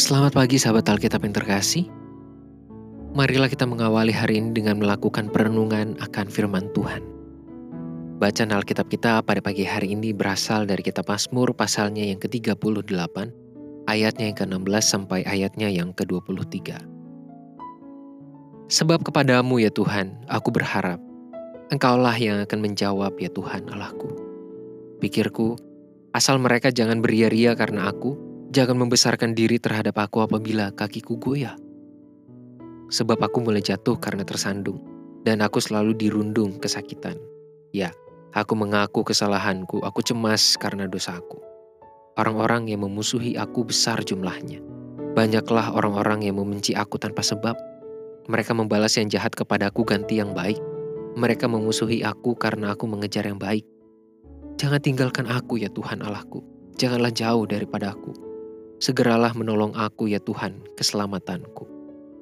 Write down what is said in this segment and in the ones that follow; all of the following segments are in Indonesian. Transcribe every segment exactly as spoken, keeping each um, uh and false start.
Selamat pagi sahabat Alkitab yang terkasih. Marilah kita mengawali hari ini dengan melakukan perenungan akan firman Tuhan. Bacaan Alkitab kita pada pagi hari ini berasal dari kitab Mazmur pasalnya yang ke tiga puluh delapan, ayatnya yang ke enam belas sampai ayatnya yang ke dua puluh tiga. Sebab kepadamu ya Tuhan, aku berharap. Engkaulah yang akan menjawab ya Tuhan Allahku. Pikirku, asal mereka jangan beria-ria karena aku, jangan membesarkan diri terhadap aku apabila kakiku goyah. Sebab aku mulai jatuh karena tersandung, dan aku selalu dirundung kesakitan. Ya, aku mengaku kesalahanku, aku cemas karena dosaku. Orang-orang yang memusuhi aku besar jumlahnya. Banyaklah orang-orang yang membenci aku tanpa sebab. Mereka membalas yang jahat kepadaku ganti yang baik. Mereka memusuhi aku karena aku mengejar yang baik. Jangan tinggalkan aku ya Tuhan Allahku, janganlah jauh daripada aku. Segeralah menolong aku ya Tuhan, keselamatanku.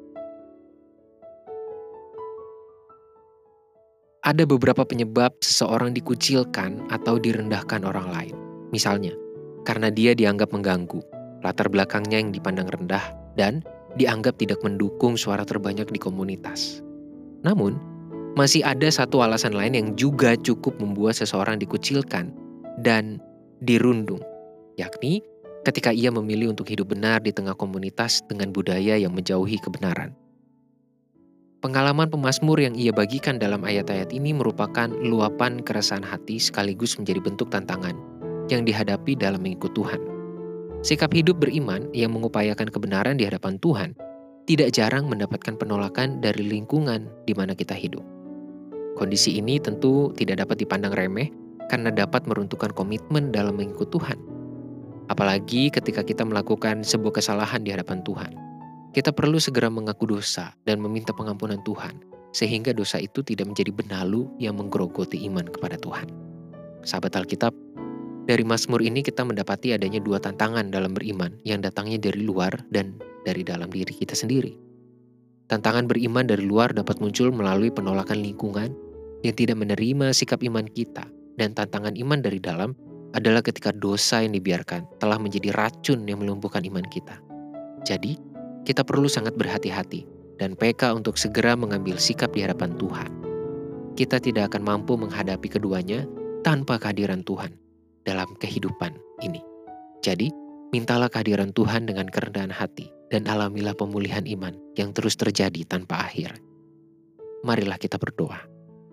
Ada beberapa penyebab seseorang dikucilkan atau direndahkan orang lain. Misalnya, karena dia dianggap mengganggu, latar belakangnya yang dipandang rendah, dan dianggap tidak mendukung suara terbanyak di komunitas. Namun, masih ada satu alasan lain yang juga cukup membuat seseorang dikucilkan dan dirundung, yakni ketika ia memilih untuk hidup benar di tengah komunitas dengan budaya yang menjauhi kebenaran. Pengalaman pemazmur yang ia bagikan dalam ayat-ayat ini merupakan luapan keresahan hati sekaligus menjadi bentuk tantangan yang dihadapi dalam mengikut Tuhan. Sikap hidup beriman yang mengupayakan kebenaran di hadapan Tuhan tidak jarang mendapatkan penolakan dari lingkungan di mana kita hidup. Kondisi ini tentu tidak dapat dipandang remeh karena dapat meruntuhkan komitmen dalam mengikut Tuhan. Apalagi ketika kita melakukan sebuah kesalahan di hadapan Tuhan. Kita perlu segera mengaku dosa dan meminta pengampunan Tuhan, sehingga dosa itu tidak menjadi benalu yang menggerogoti iman kepada Tuhan. Sahabat Alkitab, dari Mazmur ini kita mendapati adanya dua tantangan dalam beriman yang datangnya dari luar dan dari dalam diri kita sendiri. Tantangan beriman dari luar dapat muncul melalui penolakan lingkungan yang tidak menerima sikap iman kita, dan tantangan iman dari dalam adalah ketika dosa yang dibiarkan telah menjadi racun yang melumpuhkan iman kita. Jadi, kita perlu sangat berhati-hati dan peka untuk segera mengambil sikap di hadapan Tuhan. Kita tidak akan mampu menghadapi keduanya tanpa kehadiran Tuhan dalam kehidupan ini. Jadi, mintalah kehadiran Tuhan dengan kerendahan hati dan alamilah pemulihan iman yang terus terjadi tanpa akhir. Marilah kita berdoa.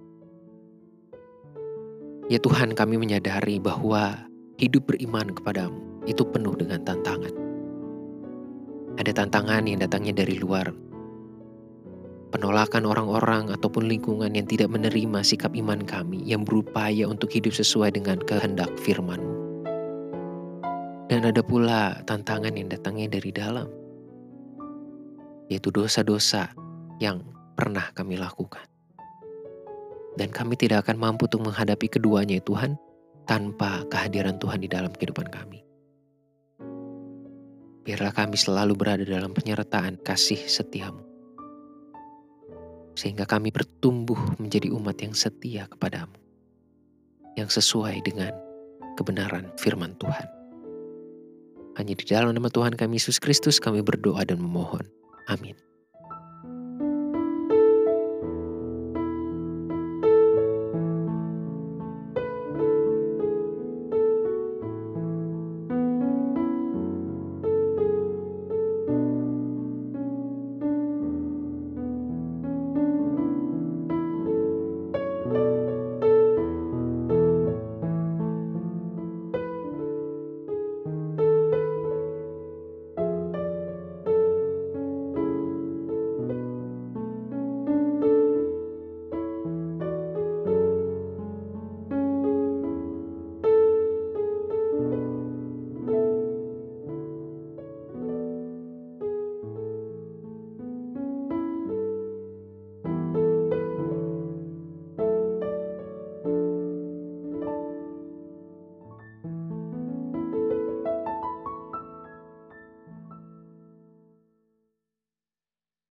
Ya Tuhan, kami menyadari bahwa hidup beriman kepadamu itu penuh dengan tantangan. Ada tantangan yang datangnya dari luar. Penolakan orang-orang ataupun lingkungan yang tidak menerima sikap iman kami yang berupaya untuk hidup sesuai dengan kehendak firman-Mu. Dan ada pula tantangan yang datangnya dari dalam, yaitu dosa-dosa yang pernah kami lakukan. Dan kami tidak akan mampu untuk menghadapi keduanya ya Tuhan, tanpa kehadiran Tuhan di dalam kehidupan kami. Biarlah kami selalu berada dalam penyertaan kasih setia-Mu, sehingga kami bertumbuh menjadi umat yang setia kepada-Mu, yang sesuai dengan kebenaran firman Tuhan. Hanya di dalam nama Tuhan kami Yesus Kristus kami berdoa dan memohon. Amin.